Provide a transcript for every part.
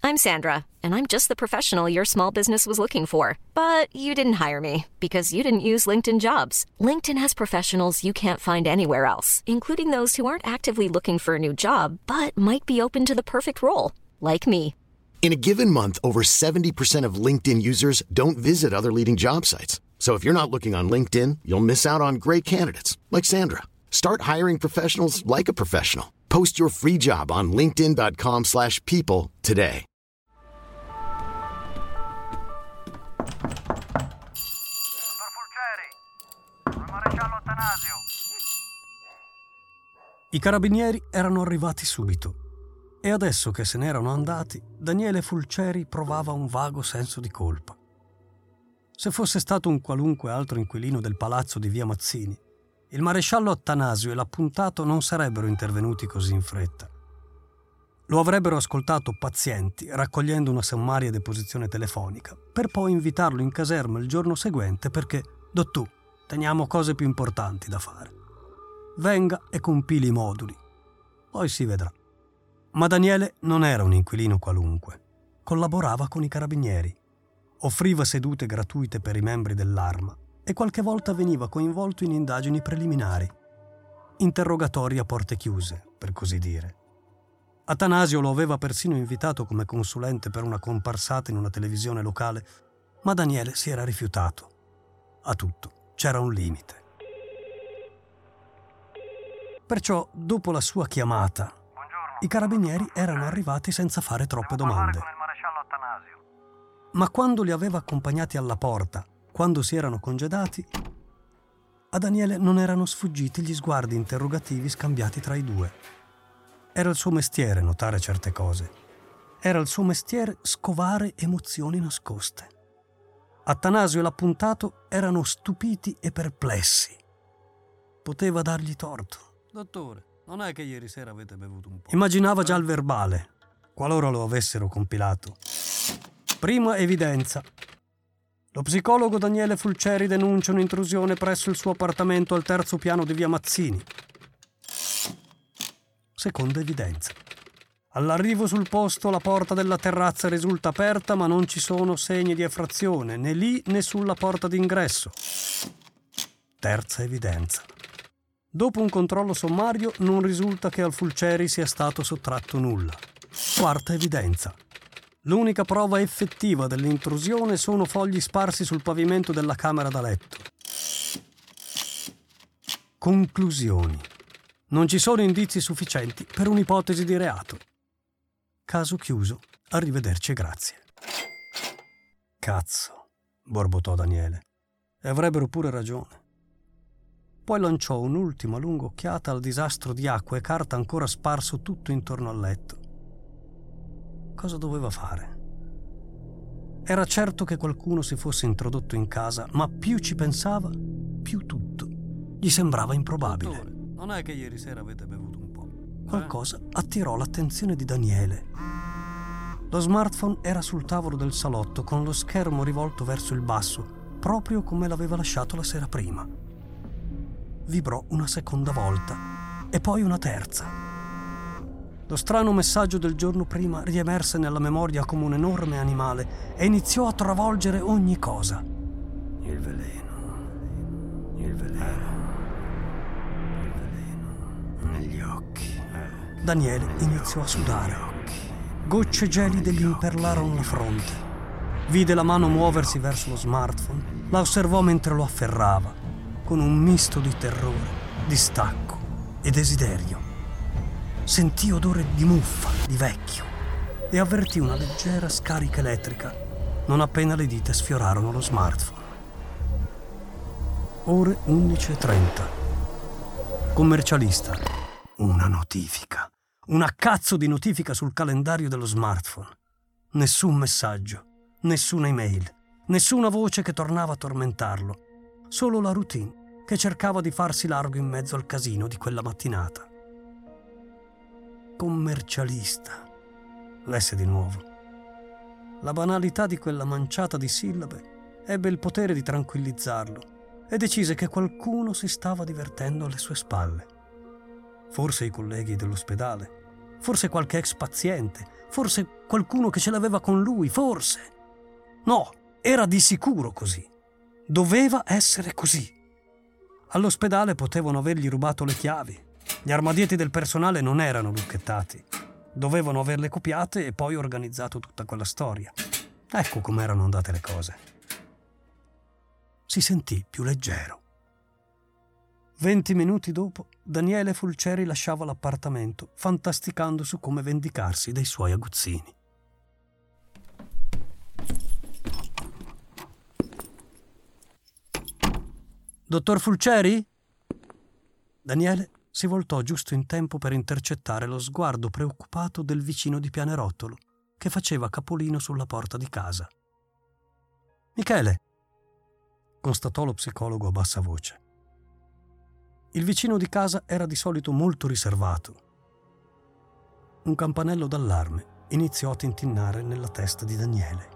I'm Sandra, and I'm just the professional your small business was looking for. But you didn't hire me because you didn't use LinkedIn Jobs. LinkedIn has professionals you can't find anywhere else, including those who aren't actively looking for a new job, but might be open to the perfect role, like me. In a given month, over 70% of LinkedIn users don't visit other leading job sites. So if you're not looking on LinkedIn, you'll miss out on great candidates like Sandra. Start hiring professionals like a professional. Post your free job on linkedin.com/people today. Dottor Fulceri, sono maresciallo Attanasio. I carabinieri erano arrivati subito e adesso che se n'erano andati, Daniele Fulceri provava un vago senso di colpa. Se fosse stato un qualunque altro inquilino del palazzo di via Mazzini, il maresciallo Attanasio e l'appuntato non sarebbero intervenuti così in fretta. Lo avrebbero ascoltato pazienti, raccogliendo una sommaria deposizione telefonica, per poi invitarlo in caserma il giorno seguente perché, dottù, teniamo cose più importanti da fare. Venga e compili i moduli. Poi si vedrà. Ma Daniele non era un inquilino qualunque. Collaborava con i carabinieri. Offriva sedute gratuite per i membri dell'Arma e qualche volta veniva coinvolto in indagini preliminari. Interrogatori a porte chiuse, per così dire. Attanasio lo aveva persino invitato come consulente per una comparsata in una televisione locale, ma Daniele si era rifiutato. A tutto c'era un limite. Perciò, dopo la sua chiamata, i carabinieri erano arrivati senza fare troppe domande. Con il maresciallo Attanasio. Ma quando li aveva accompagnati alla porta, quando si erano congedati, a Daniele non erano sfuggiti gli sguardi interrogativi scambiati tra i due. Era il suo mestiere notare certe cose. Era il suo mestiere scovare emozioni nascoste. Attanasio e l'appuntato erano stupiti e perplessi. Poteva dargli torto. Dottore, non è che ieri sera avete bevuto un po'? Immaginava già il verbale, qualora lo avessero compilato. Prima evidenza. Lo psicologo Daniele Fulceri denuncia un'intrusione presso il suo appartamento al 3° piano di via Mazzini. Seconda evidenza. All'arrivo sul posto la porta della terrazza risulta aperta, ma non ci sono segni di effrazione, né lì né sulla porta d'ingresso. Terza evidenza. Dopo un controllo sommario non risulta che al Fulceri sia stato sottratto nulla. Quarta evidenza. L'unica prova effettiva dell'intrusione sono fogli sparsi sul pavimento della camera da letto. Conclusioni. Non ci sono indizi sufficienti per un'ipotesi di reato. Caso chiuso. Arrivederci e grazie. Cazzo, borbottò Daniele. E avrebbero pure ragione. Poi lanciò un'ultima lunga occhiata al disastro di acqua e carta ancora sparso tutto intorno al letto. Cosa doveva fare? Era certo che qualcuno si fosse introdotto in casa, ma più ci pensava, più tutto gli sembrava improbabile. Dottore, non è che ieri sera avete bevuto un po'? Qualcosa attirò l'attenzione di Daniele. Lo smartphone era sul tavolo del salotto con lo schermo rivolto verso il basso, proprio come l'aveva lasciato la sera prima. Vibrò una seconda volta e poi una terza. Lo strano messaggio del giorno prima riemerse nella memoria come un enorme animale e iniziò a travolgere ogni cosa. Il veleno, il veleno, il veleno negli occhi. Daniele iniziò a sudare. Gocce gelide gli imperlarono la fronte. Vide la mano muoversi verso lo smartphone, la osservò mentre lo afferrava, con un misto di terrore, distacco e desiderio. Sentì odore di muffa, di vecchio, e avvertì una leggera scarica elettrica non appena le dita sfiorarono lo smartphone. Ore 11:30. Commercialista. Una notifica. Una cazzo di notifica sul calendario dello smartphone. Nessun messaggio, nessuna email, nessuna voce che tornava a tormentarlo. Solo la routine che cercava di farsi largo in mezzo al casino di quella mattinata. Commercialista, lesse di nuovo. La banalità di quella manciata di sillabe ebbe il potere di tranquillizzarlo e decise che qualcuno si stava divertendo alle sue spalle. Forse i colleghi dell'ospedale, forse qualche ex paziente, forse qualcuno che ce l'aveva con lui, forse. No, era di sicuro così. Doveva essere così. All'ospedale potevano avergli rubato le chiavi. Gli armadietti del personale non erano lucchettati. Dovevano averle copiate e poi organizzato tutta quella storia. Ecco com'erano andate le cose. Si sentì più leggero. 20 minuti dopo, Daniele Fulceri lasciava l'appartamento, fantasticando su come vendicarsi dei suoi aguzzini. Dottor Fulceri? Daniele si voltò giusto in tempo per intercettare lo sguardo preoccupato del vicino di Pianerottolo, che faceva capolino sulla porta di casa. Michele, constatò lo psicologo a bassa voce. Il vicino di casa era di solito molto riservato. Un campanello d'allarme iniziò a tintinnare nella testa di Daniele.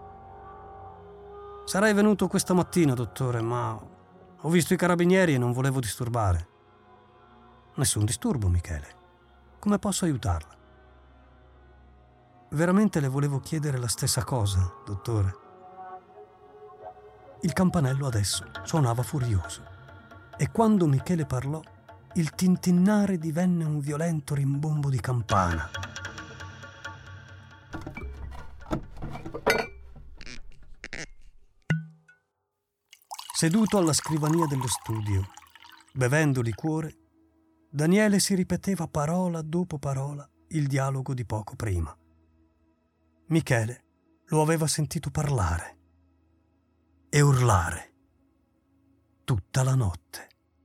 Sarei venuto questa mattina, dottore, ma ho visto i carabinieri e non volevo disturbare. Nessun disturbo, Michele. Come posso aiutarla? Veramente le volevo chiedere la stessa cosa, dottore. Il campanello adesso suonava furioso e quando Michele parlò, il tintinnare divenne un violento rimbombo di campana. Seduto alla scrivania dello studio, bevendo liquore, Daniele si ripeteva parola dopo parola il dialogo di poco prima. Michele lo aveva sentito parlare e urlare tutta la notte.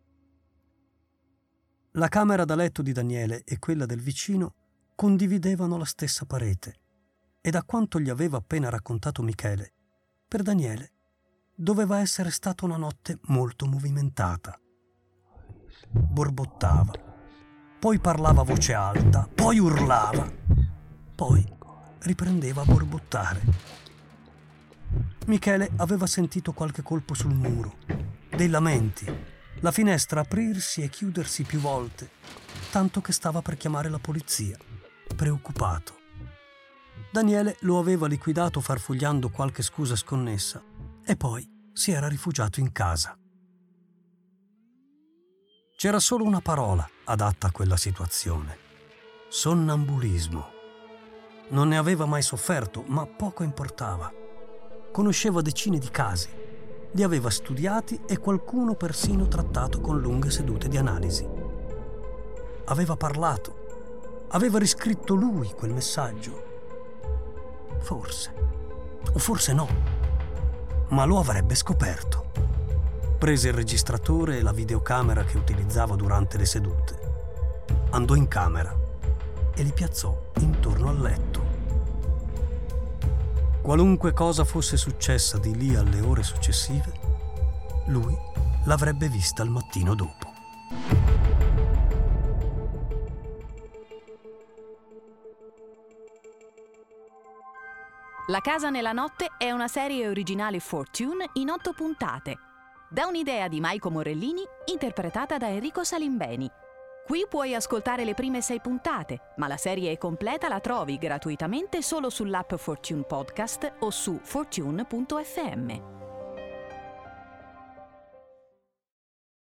La camera da letto di Daniele e quella del vicino condividevano la stessa parete e da quanto gli aveva appena raccontato Michele, per Daniele doveva essere stata una notte molto movimentata. Borbottava, poi parlava a voce alta, poi urlava, poi riprendeva a borbottare. Michele aveva sentito qualche colpo sul muro, dei lamenti, la finestra aprirsi e chiudersi più volte, tanto che stava per chiamare la polizia, preoccupato. Daniele lo aveva liquidato farfugliando qualche scusa sconnessa e poi si era rifugiato in casa. C'era solo una parola adatta a quella situazione: sonnambulismo. Non ne aveva mai sofferto, ma poco importava. Conosceva decine di casi, li aveva studiati e qualcuno persino trattato con lunghe sedute di analisi. Aveva parlato, aveva riscritto lui quel messaggio. Forse, o forse no, ma lo avrebbe scoperto. Prese il registratore e la videocamera che utilizzava durante le sedute. Andò in camera e li piazzò intorno al letto. Qualunque cosa fosse successa di lì alle ore successive, lui l'avrebbe vista il mattino dopo. La casa nella notte è una serie originale Fortune in 8 puntate. Da un'idea di Maiko Morellini, interpretata da Enrico Salimbeni. Qui puoi ascoltare le prime 6 puntate, ma la serie completa la trovi gratuitamente solo sull'app Fortune Podcast o su fortune.fm.